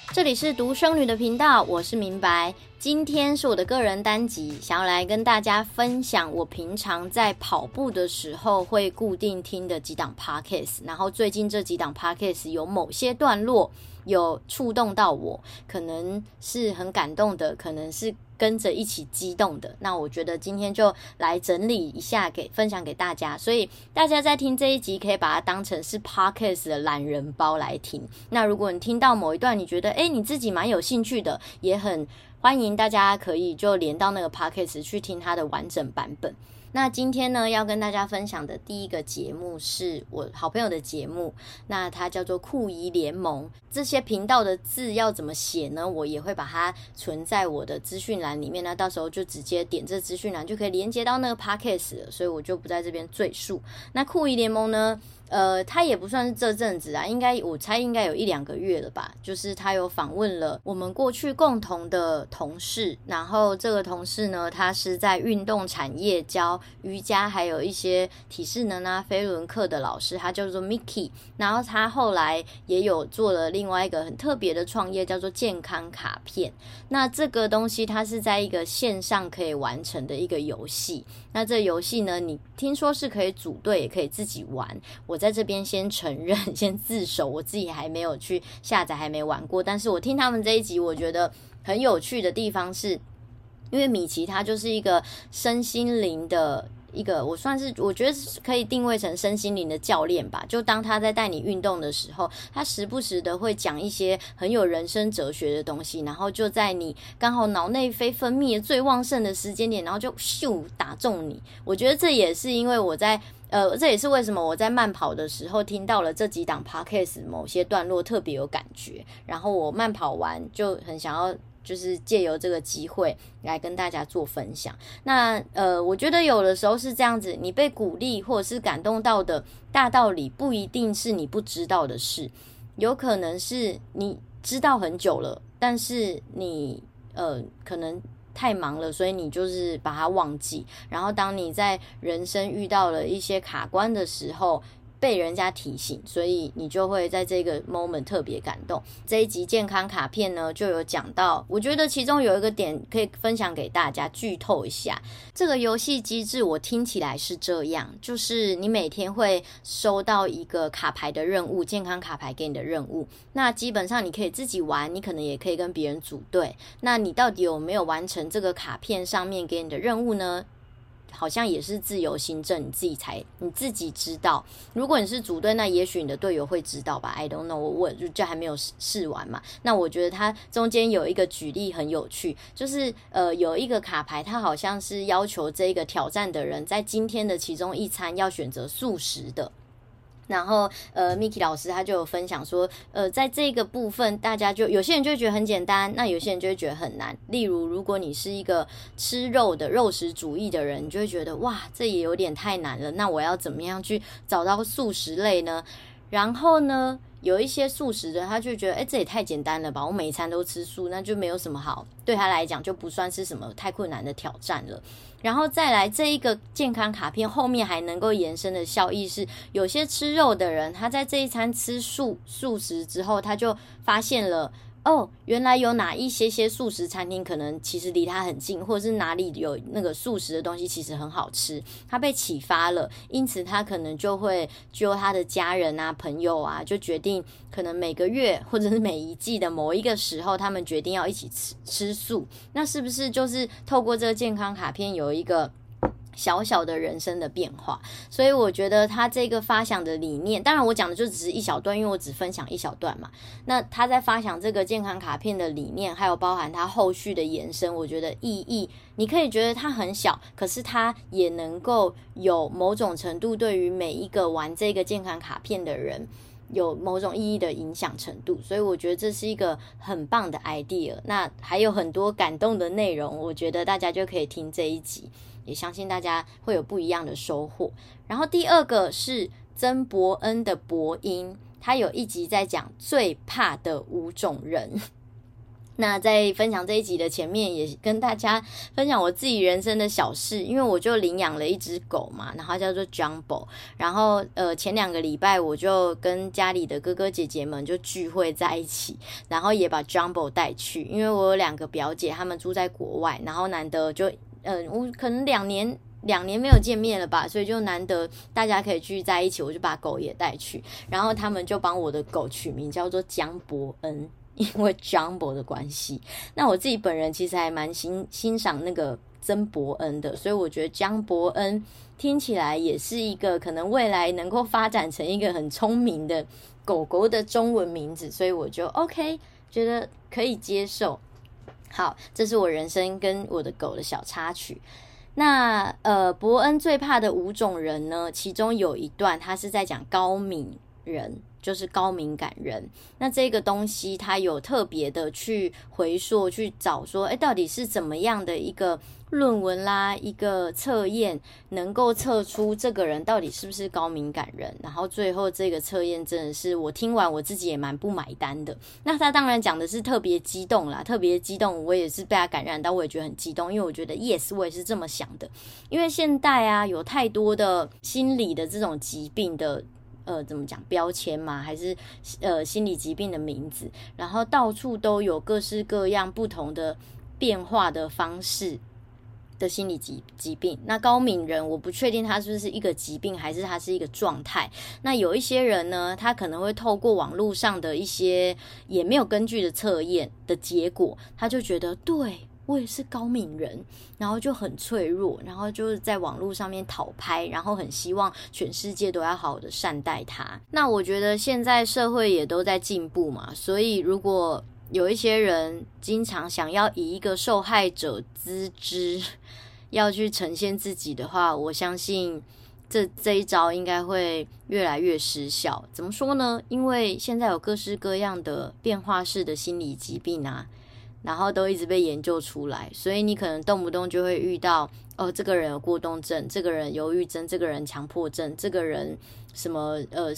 这里是独生女的频道，我是明白。今天是我的个人单集，想要来跟大家分享我平常在跑步的时候会固定听的几档 podcast， 然后最近这几档 podcast 有某些段落有触动到我，可能是很感动的，可能是跟着一起激动的，那我觉得今天就来整理一下分享给大家，所以大家在听这一集可以把它当成是 podcast 的懒人包来听。那如果你听到某一段你觉得你自己蛮有兴趣的，也很欢迎大家可以就连到那个 podcast 去听它的完整版本。那今天呢，要跟大家分享的第一个节目是我好朋友的节目，那它叫做酷姨联盟。这些频道的字要怎么写呢？我也会把它存在我的资讯栏里面，那到时候就直接点这资讯栏就可以连接到那个 podcast 了，所以我就不在这边赘述。那酷姨联盟呢，它也不算是这阵子啊，我猜应该有1-2个月了吧。就是他有访问了我们过去共同的同事，然后这个同事呢，他是在运动产业教瑜伽还有一些体适能啊飞轮课的老师，他叫做 Mickey。 然后他后来也有做了另外一个很特别的创业，叫做健康卡片。那这个东西它是在一个线上可以完成的一个游戏，那这游戏呢，你听说是可以组队也可以自己玩，我在这边先承认先自首，我自己还没有去下载，还没玩过。但是我听他们这一集，我觉得很有趣的地方是，因为米奇他就是一个身心灵的一个，我觉得可以定位成身心灵的教练吧。就当他在带你运动的时候，他时不时的会讲一些很有人生哲学的东西，然后就在你刚好脑内啡分泌的最旺盛的时间点，然后就咻打中你。我觉得这也是因为这也是为什么我在慢跑的时候听到了这几档 podcast 某些段落特别有感觉，然后我慢跑完就很想要就是借由这个机会来跟大家做分享。那我觉得有的时候是这样子，你被鼓励或者是感动到的大道理，不一定是你不知道的事，有可能是你知道很久了，但是你可能太忙了，所以你就是把它忘记。然后当你在人生遇到了一些卡关的时候，被人家提醒，所以你就会在这个 moment 特别感动。这一集健康卡片呢，就有讲到，我觉得其中有一个点可以分享给大家，剧透一下。这个游戏机制我听起来是这样，就是你每天会收到一个卡牌的任务，健康卡牌给你的任务，那基本上你可以自己玩，你可能也可以跟别人组队。那你到底有没有完成这个卡片上面给你的任务呢？好像也是自由行政，你自己知道。如果你是组队，那也许你的队友会知道吧， I don't know， 我就还没有试完嘛。那我觉得它中间有一个举例很有趣，就是有一个卡牌，它好像是要求这个挑战的人在今天的其中一餐要选择素食的。然后Mickey 老师他就有分享说在这个部分大家就有些人就会觉得很简单，那有些人就会觉得很难。例如如果你是一个吃肉的肉食主义的人，你就会觉得哇，这也有点太难了，那我要怎么样去找到素食类呢？然后呢，有一些素食的他就觉得这也太简单了吧，我每一餐都吃素，那就没有什么好，对他来讲就不算是什么太困难的挑战了。然后再来这一个健康卡片后面还能够延伸的效益是，有些吃肉的人他在这一餐吃素食之后，他就发现了原来有哪一些素食餐厅可能其实离他很近，或者是哪里有那个素食的东西其实很好吃，他被启发了，因此他可能就会揪他的家人啊朋友啊，就决定可能每个月或者是每一季的某一个时候，他们决定要一起吃素。那是不是就是透过这个健康卡片有一个小小的人生的变化？所以我觉得他这个发想的理念，当然我讲的就只是一小段，因为我只分享一小段嘛。那他在发想这个健康卡片的理念，还有包含他后续的延伸，我觉得意义你可以觉得它很小，可是它也能够有某种程度对于每一个玩这个健康卡片的人有某种意义的影响程度，所以我觉得这是一个很棒的 idea。 那还有很多感动的内容，我觉得大家就可以听这一集，也相信大家会有不一样的收获。然后第二个是曾伯恩的播音，他有一集在讲最怕的5种人。 那在分享这一集的前面，也跟大家分享我自己人生的小事，因为我就领养了一只狗嘛，然后它叫做 Jumbo， 然后前2个礼拜我就跟家里的哥哥姐姐们就聚会在一起，然后也把 Jumbo 带去，因为我有2个表姐，她们住在国外，然后难得就我可能2年没有见面了吧，所以就难得大家可以聚在一起，我就把狗也带去，然后他们就帮我的狗取名叫做江伯恩，因为 Jumbo 的关系。那我自己本人其实还蛮欣赏那个曾伯恩的，所以我觉得江伯恩听起来也是一个可能未来能够发展成一个很聪明的狗狗的中文名字，所以我就 OK， 觉得可以接受。好，这是我人生跟我的狗的小插曲。那伯恩最怕的5种人呢，其中有一段他是在讲高敏人，就是高敏感人。那这个东西他有特别的去回溯去找说到底是怎么样的一个论文啦，一个测验能够测出这个人到底是不是高敏感人，然后最后这个测验真的是我听完我自己也蛮不买单的。那他当然讲的是特别激动啦，特别激动，我也是被他感染到，我也觉得很激动，因为我觉得 yes 我也是这么想的。因为现代啊有太多的心理的这种疾病的怎么讲标签嘛，还是心理疾病的名字，然后到处都有各式各样不同的变化的方式的心理疾病。那高敏人我不确定他是不是一个疾病，还是他是一个状态。那有一些人呢，他可能会透过网络上的一些也没有根据的测验的结果，他就觉得对，我也是高敏人，然后就很脆弱，然后就是在网络上面讨拍，然后很希望全世界都要好好的善待他。那我觉得现在社会也都在进步嘛，所以如果有一些人经常想要以一个受害者姿姿要去呈现自己的话，我相信这一招应该会越来越失效。怎么说呢？因为现在有各式各样的变化式的心理疾病啊，然后都一直被研究出来，所以你可能动不动就会遇到这个人有过动症，这个人忧郁症，这个人强迫症，这个人什么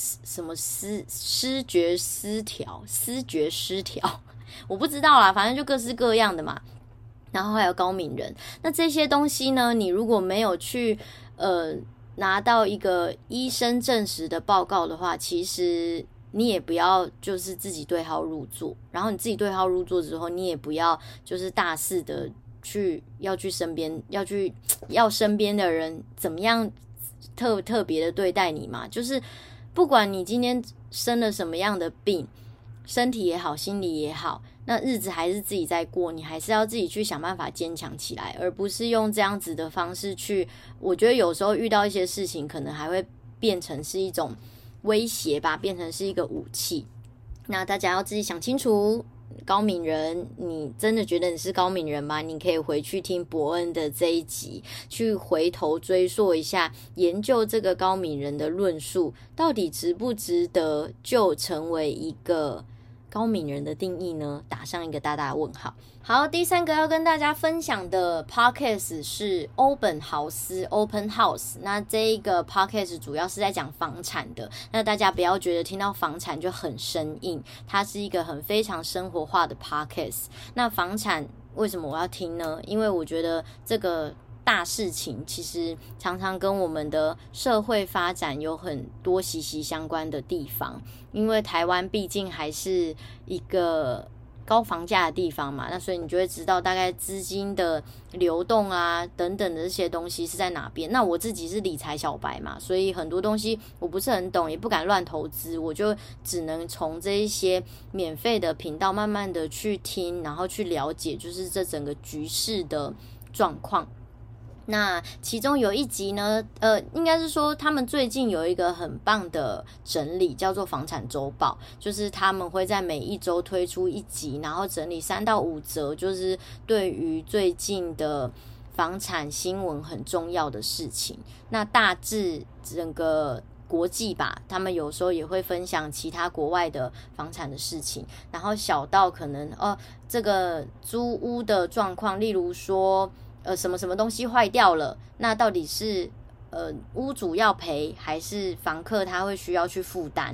思觉失调我不知道啦，反正就各式各样的嘛。然后还有高敏人，那这些东西呢，你如果没有去拿到一个医生证实的报告的话，其实你也不要就是自己对号入座，然后你自己对号入座之后，你也不要就是大肆的要身边的人怎么样特别的对待你嘛，就是不管你今天生了什么样的病，身体也好，心理也好，那日子还是自己在过，你还是要自己去想办法坚强起来，而不是用这样子的方式去。我觉得有时候遇到一些事情，可能还会变成是一种威胁吧，变成是一个武器。那大家要自己想清楚。高敏人，你真的觉得你是高敏人吗？你可以回去听伯恩的这一集，去回头追溯一下，研究这个高敏人的论述，到底值不值得就成为一个高敏人的定义呢？打上一个大大问号。好，第3个要跟大家分享的 podcast 是欧本豪斯 Open House。那这一个 podcast 主要是在讲房产的，那大家不要觉得听到房产就很生硬，它是一个非常生活化的 podcast。那房产为什么我要听呢？因为我觉得这个大事情其实常常跟我们的社会发展有很多息息相关的地方，因为台湾毕竟还是一个高房价的地方嘛，那所以你就会知道大概资金的流动啊等等的这些东西是在哪边。那我自己是理财小白嘛，所以很多东西我不是很懂，也不敢乱投资，我就只能从这一些免费的频道慢慢的去听，然后去了解就是这整个局势的状况。那其中有一集呢，应该是说他们最近有一个很棒的整理，叫做房产周报，就是他们会在每一周推出一集，然后整理3到5则，就是对于最近的房产新闻很重要的事情。那大致整个国际吧，他们有时候也会分享其他国外的房产的事情，然后小到可能这个租屋的状况，例如说什么什么东西坏掉了，那到底是屋主要赔还是房客他会需要去负担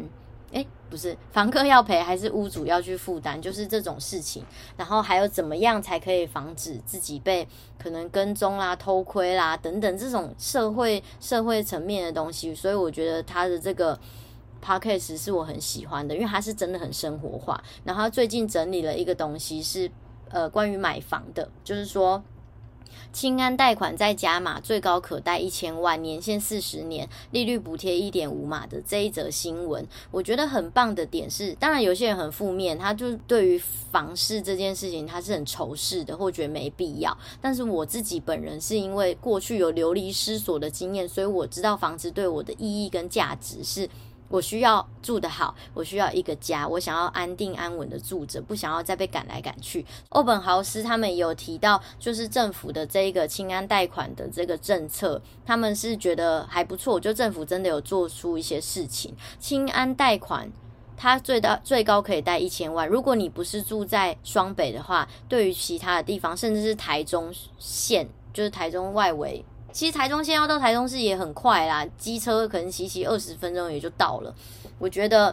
不是房客要赔还是屋主要去负担，就是这种事情。然后还有怎么样才可以防止自己被可能跟踪啦、偷窥啦等等这种社会层面的东西。所以我觉得他的这个 podcast 是我很喜欢的，因为它是真的很生活化。然后他最近整理了一个东西是关于买房的，就是说青安贷款再加码，最高可贷1000万，年限40年，利率补贴 1.5 码的这一则新闻。我觉得很棒的点是，当然有些人很负面，他就对于房市这件事情他是很仇视的，或觉得没必要。但是我自己本人是因为过去有流离失所的经验，所以我知道房子对我的意义跟价值是我需要住得好，我需要一个家，我想要安定安稳的住着，不想要再被赶来赶去。欧本豪斯他们也有提到，就是政府的这个青安贷款的这个政策，他们是觉得还不错，就政府真的有做出一些事情。青安贷款它最高可以贷1000万，如果你不是住在双北的话，对于其他的地方，甚至是台中县，就是台中外围，其实台中县要到台中市也很快啦，机车可能骑20分钟也就到了。我觉得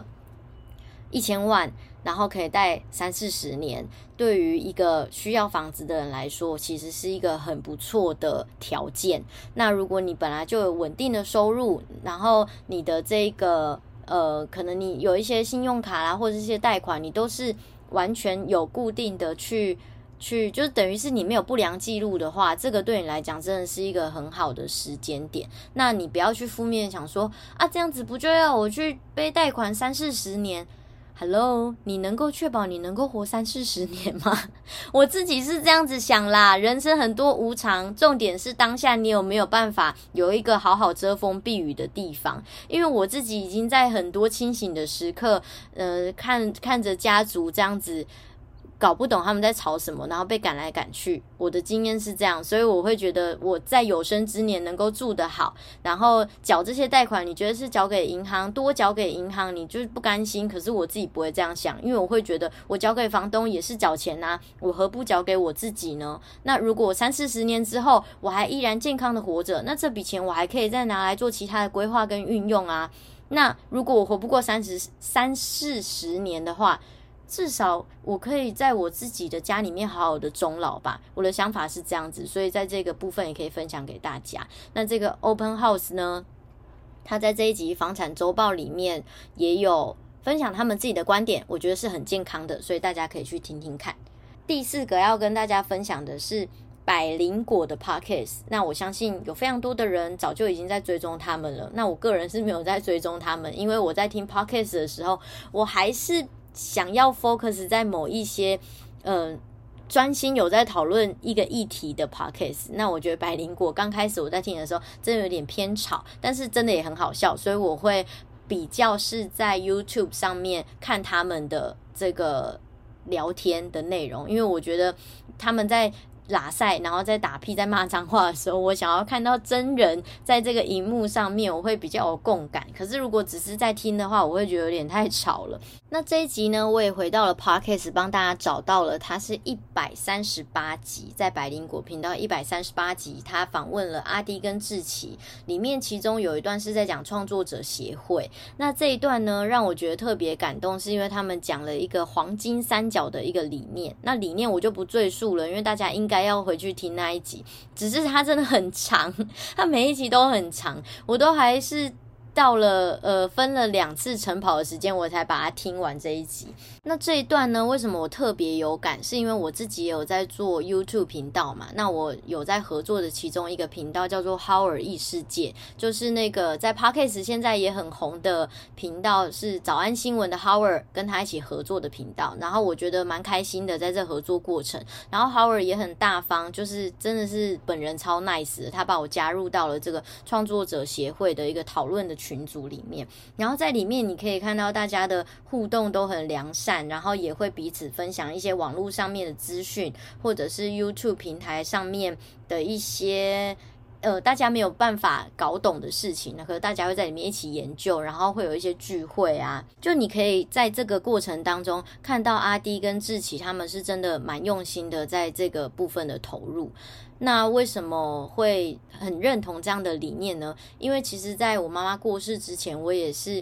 1000万，然后可以贷30-40年，对于一个需要房子的人来说，其实是一个很不错的条件。那如果你本来就有稳定的收入，然后你的这个可能你有一些信用卡啦，或者一些贷款，你都是完全有固定的去就是等于是你没有不良记录的话，这个对你来讲真的是一个很好的时间点。那你不要去负面想说啊，这样子不就要我去背贷款30-40年？Hello， 你能够确保你能够活30-40年吗？我自己是这样子想啦，人生很多无常，重点是当下你有没有办法有一个好好遮风避雨的地方。因为我自己已经在很多清醒的时刻，看着家族这样子搞不懂他们在吵什么，然后被赶来赶去，我的经验是这样，所以我会觉得我在有生之年能够住得好，然后缴这些贷款，你觉得是缴给银行，多缴给银行，你就是不甘心。可是我自己不会这样想，因为我会觉得我缴给房东也是缴钱啊，我何不缴给我自己呢？那如果30-40年之后我还依然健康的活着，那这笔钱我还可以再拿来做其他的规划跟运用啊。那如果我活不过30-40年的话，至少我可以在我自己的家里面好好的终老吧，我的想法是这样子，所以在这个部分也可以分享给大家。那这个 Open House 呢，他在这一集房产周报里面也有分享他们自己的观点，我觉得是很健康的，所以大家可以去听听看。第4个要跟大家分享的是百灵果的 podcast， 那我相信有非常多的人早就已经在追踪他们了，那我个人是没有在追踪他们，因为我在听 podcast 的时候，我还是想要 focus 在某一些专心有在讨论一个议题的 podcast。 那我觉得百灵果刚开始我在听的时候真的有点偏吵，但是真的也很好笑，所以我会比较是在 YouTube 上面看他们的这个聊天的内容，因为我觉得他们在拉赛然后在打屁在骂脏话的时候，我想要看到真人在这个荧幕上面，我会比较有共感。可是如果只是在听的话，我会觉得有点太吵了。那这一集呢，我也回到了 Podcast 帮大家找到了，它是138集，在百灵果频道138集，他访问了阿滴跟志祺，里面其中有一段是在讲创作者协会。那这一段呢，让我觉得特别感动，是因为他们讲了一个黄金三角的一个理念。那理念我就不赘述了，因为大家应该要回去听那一集，只是它真的很长，它每一集都很长，我都还是到了分了2次晨跑的时间，我才把它听完这一集。那这一段呢，为什么我特别有感，是因为我自己也有在做 YouTube 频道嘛，那我有在合作的其中一个频道叫做 Howard 异世界，就是那个在 Podcast 现在也很红的频道，是早安新闻的 Howard 跟他一起合作的频道，然后我觉得蛮开心的在这合作过程，然后 Howard 也很大方，就是真的是本人超 nice 的，他把我加入到了这个创作者协会的一个讨论的群组里面，然后在里面你可以看到大家的互动都很良善，然后也会彼此分享一些网络上面的资讯，或者是 YouTube 平台上面的一些大家没有办法搞懂的事情，可是大家会在里面一起研究，然后会有一些聚会啊，就你可以在这个过程当中看到阿滴跟志祺他们是真的蛮用心的在这个部分的投入。那为什么会很认同这样的理念呢？因为其实在我妈妈过世之前，我也是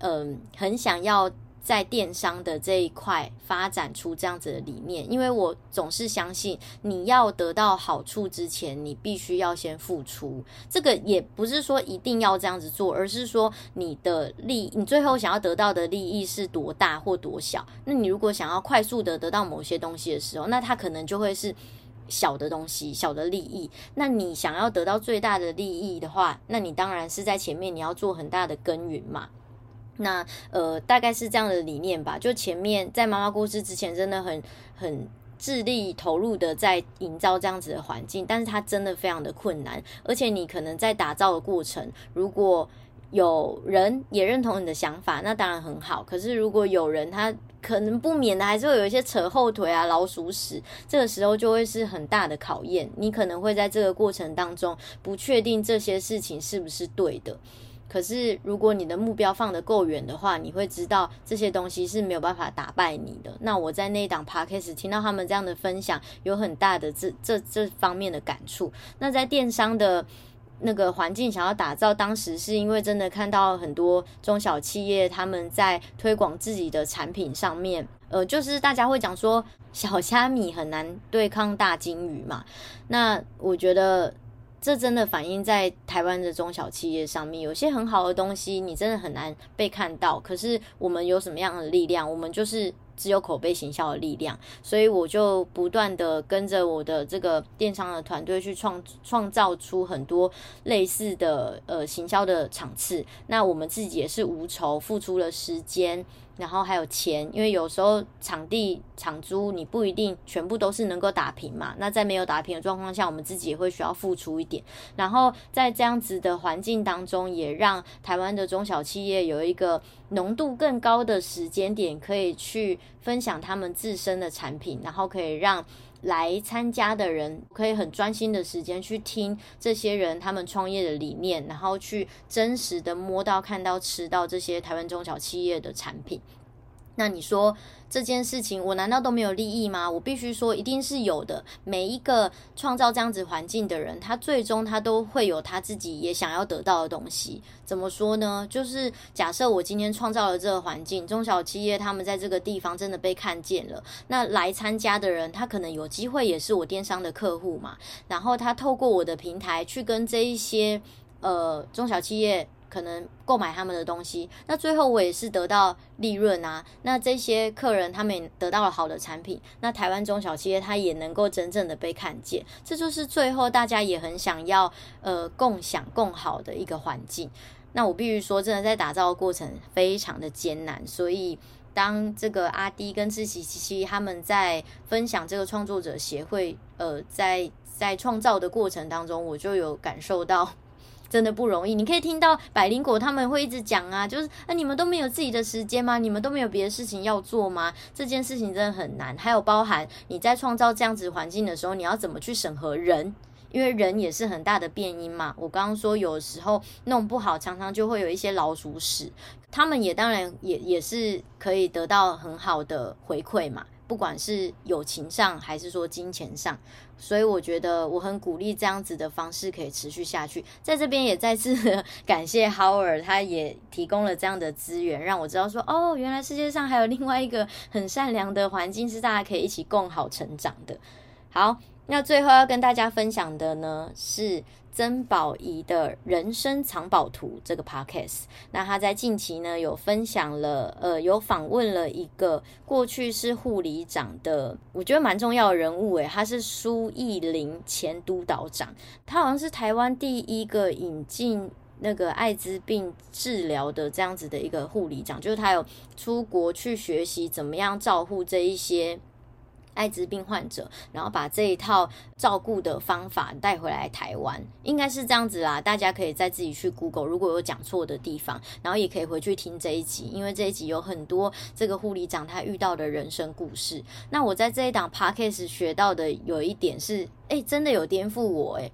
很想要在电商的这一块发展出这样子的理念，因为我总是相信你要得到好处之前，你必须要先付出。这个也不是说一定要这样子做，而是说你最后想要得到的利益是多大或多小。那你如果想要快速的得到某些东西的时候，那它可能就会是小的东西，小的利益。那你想要得到最大的利益的话，那你当然是在前面你要做很大的耕耘嘛。那大概是这样的理念吧。就前面在妈妈过世之前，真的很致力投入的在营造这样子的环境，但是它真的非常的困难。而且你可能在打造的过程，如果有人也认同你的想法，那当然很好。可是如果有人他可能不免的还是会有一些扯后腿啊、老鼠屎，这个时候就会是很大的考验。你可能会在这个过程当中不确定这些事情是不是对的。可是如果你的目标放得够远的话，你会知道这些东西是没有办法打败你的。那我在那一档 podcast 听到他们这样的分享，有很大的这方面的感触。那在电商的那个环境想要打造，当时是因为真的看到很多中小企业他们在推广自己的产品上面，就是大家会讲说小虾米很难对抗大金鱼嘛。那我觉得这真的反映在台湾的中小企业上面，有些很好的东西你真的很难被看到。可是我们有什么样的力量？我们就是只有口碑行销的力量，所以我就不断的跟着我的这个电商的团队去创造出很多类似的行销的场次。那我们自己也是无酬付出了时间，然后还有钱，因为有时候场地场租你不一定全部都是能够打平嘛，那在没有打平的状况下，我们自己也会需要付出一点。然后在这样子的环境当中，也让台湾的中小企业有一个浓度更高的时间点，可以去分享他们自身的产品，然后可以让来参加的人可以很专心的时间去听这些人他们创业的理念，然后去真实的摸到、看到、吃到这些台湾中小企业的产品。那你说这件事情我难道都没有利益吗？我必须说一定是有的。每一个创造这样子环境的人，他最终他都会有他自己也想要得到的东西。怎么说呢？就是假设我今天创造了这个环境，中小企业他们在这个地方真的被看见了，那来参加的人他可能有机会也是我电商的客户嘛，然后他透过我的平台去跟这一些中小企业可能购买他们的东西，那最后我也是得到利润啊。那这些客人他们也得到了好的产品，那台湾中小企业它也能够真正的被看见，这就是最后大家也很想要共享共好的一个环境。那我必须说真的在打造的过程非常的艰难，所以当这个阿滴跟志祺七七他们在分享这个创作者协会在创造的过程当中，我就有感受到真的不容易。你可以听到百灵果他们会一直讲啊，就是你们都没有自己的时间吗？你们都没有别的事情要做吗？这件事情真的很难。还有包含你在创造这样子环境的时候，你要怎么去审核人，因为人也是很大的变因嘛。我刚刚说有时候弄不好常常就会有一些老鼠屎，他们也当然也是可以得到很好的回馈嘛，不管是友情上还是说金钱上。所以我觉得我很鼓励这样子的方式可以持续下去。在这边也再次感谢 Howard， 他也提供了这样的资源，让我知道说原来世界上还有另外一个很善良的环境是大家可以一起共好成长的。好，那最后要跟大家分享的呢是曾宝仪的人生藏宝图这个 podcast。 那他在近期呢有分享了有访问了一个过去是护理长的，我觉得蛮重要的人物他是苏奕霖前督导长，他好像是台湾第一个引进那个艾滋病治疗的这样子的一个护理长，就是他有出国去学习怎么样照顾这一些艾滋病患者，然后把这一套照顾的方法带回来台湾，应该是这样子啦。大家可以再自己去 Google， 如果有讲错的地方，然后也可以回去听这一集，因为这一集有很多这个护理长他遇到的人生故事。那我在这一档 Podcast 学到的有一点是真的有颠覆我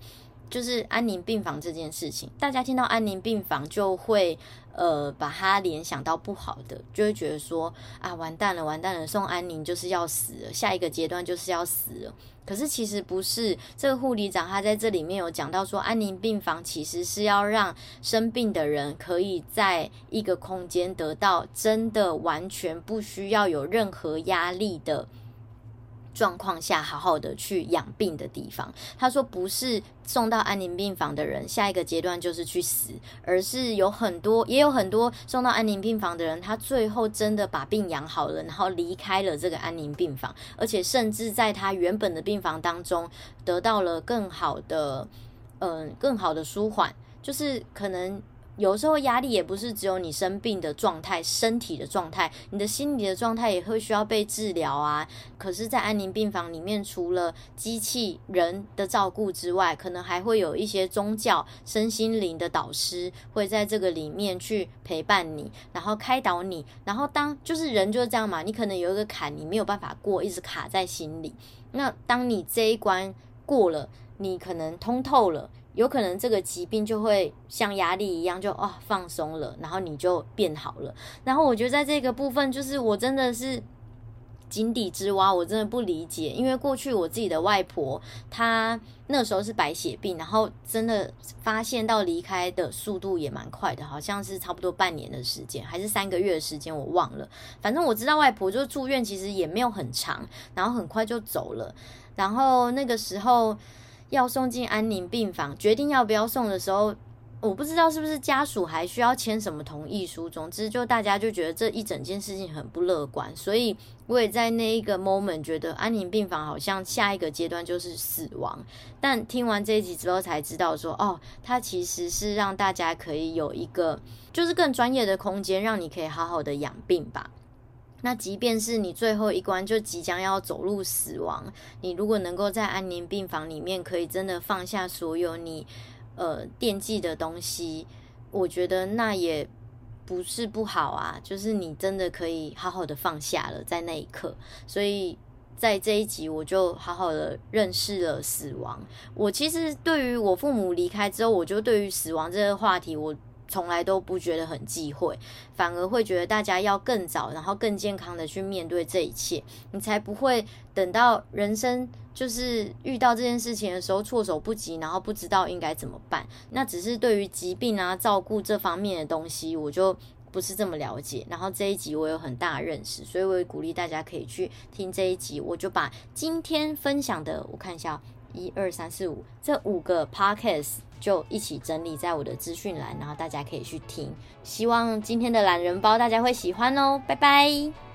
就是安宁病房这件事情，大家听到安宁病房就会把它联想到不好的，就会觉得说啊，完蛋了，送安宁就是要死了，下一个阶段就是要死了。可是其实不是，这个护理长他在这里面有讲到说，安宁病房其实是要让生病的人可以在一个空间得到真的完全不需要有任何压力的状况下好好的去养病的地方。他说不是送到安宁病房的人下一个阶段就是去死，而是也有很多送到安宁病房的人，他最后真的把病养好了，然后离开了这个安宁病房，而且甚至在他原本的病房当中得到了更好的舒缓，就是可能有时候压力也不是只有你生病的状态，身体的状态，你的心理的状态也会需要被治疗啊。可是在安宁病房里面，除了机器人的照顾之外，可能还会有一些宗教身心灵的导师会在这个里面去陪伴你，然后开导你，然后就是人就是这样嘛，你可能有一个坎你没有办法过，一直卡在心里，那当你这一关过了，你可能通透了，有可能这个疾病就会像压力一样就放松了，然后你就变好了。然后我觉得在这个部分，就是我真的是井底之蛙，我真的不理解，因为过去我自己的外婆她那时候是白血病，然后真的发现到离开的速度也蛮快的，好像是差不多半年的时间还是3个月的时间，我忘了。反正我知道外婆就住院其实也没有很长，然后很快就走了。然后那个时候要送进安宁病房，决定要不要送的时候，我不知道是不是家属还需要签什么同意书，总之就大家就觉得这一整件事情很不乐观，所以我也在那一个 moment 觉得安宁病房好像下一个阶段就是死亡。但听完这一集之后才知道说它其实是让大家可以有一个就是更专业的空间，让你可以好好的养病吧。那即便是你最后一关就即将要走入死亡，你如果能够在安宁病房里面可以真的放下所有你惦记的东西，我觉得那也不是不好啊，就是你真的可以好好的放下了在那一刻。所以在这一集我就好好的认识了死亡。我其实对于我父母离开之后，我就对于死亡这个话题我从来都不觉得很忌讳，反而会觉得大家要更早然后更健康的去面对这一切，你才不会等到人生就是遇到这件事情的时候措手不及，然后不知道应该怎么办。那只是对于疾病啊照顾这方面的东西我就不是这么了解，然后这一集我有很大的认识，所以我也鼓励大家可以去听这一集。我就把今天分享的，我看一下1、2、3、4、5这5个 podcast 就一起整理在我的资讯栏，然后大家可以去听。希望今天的懒人包大家会喜欢哦，拜拜。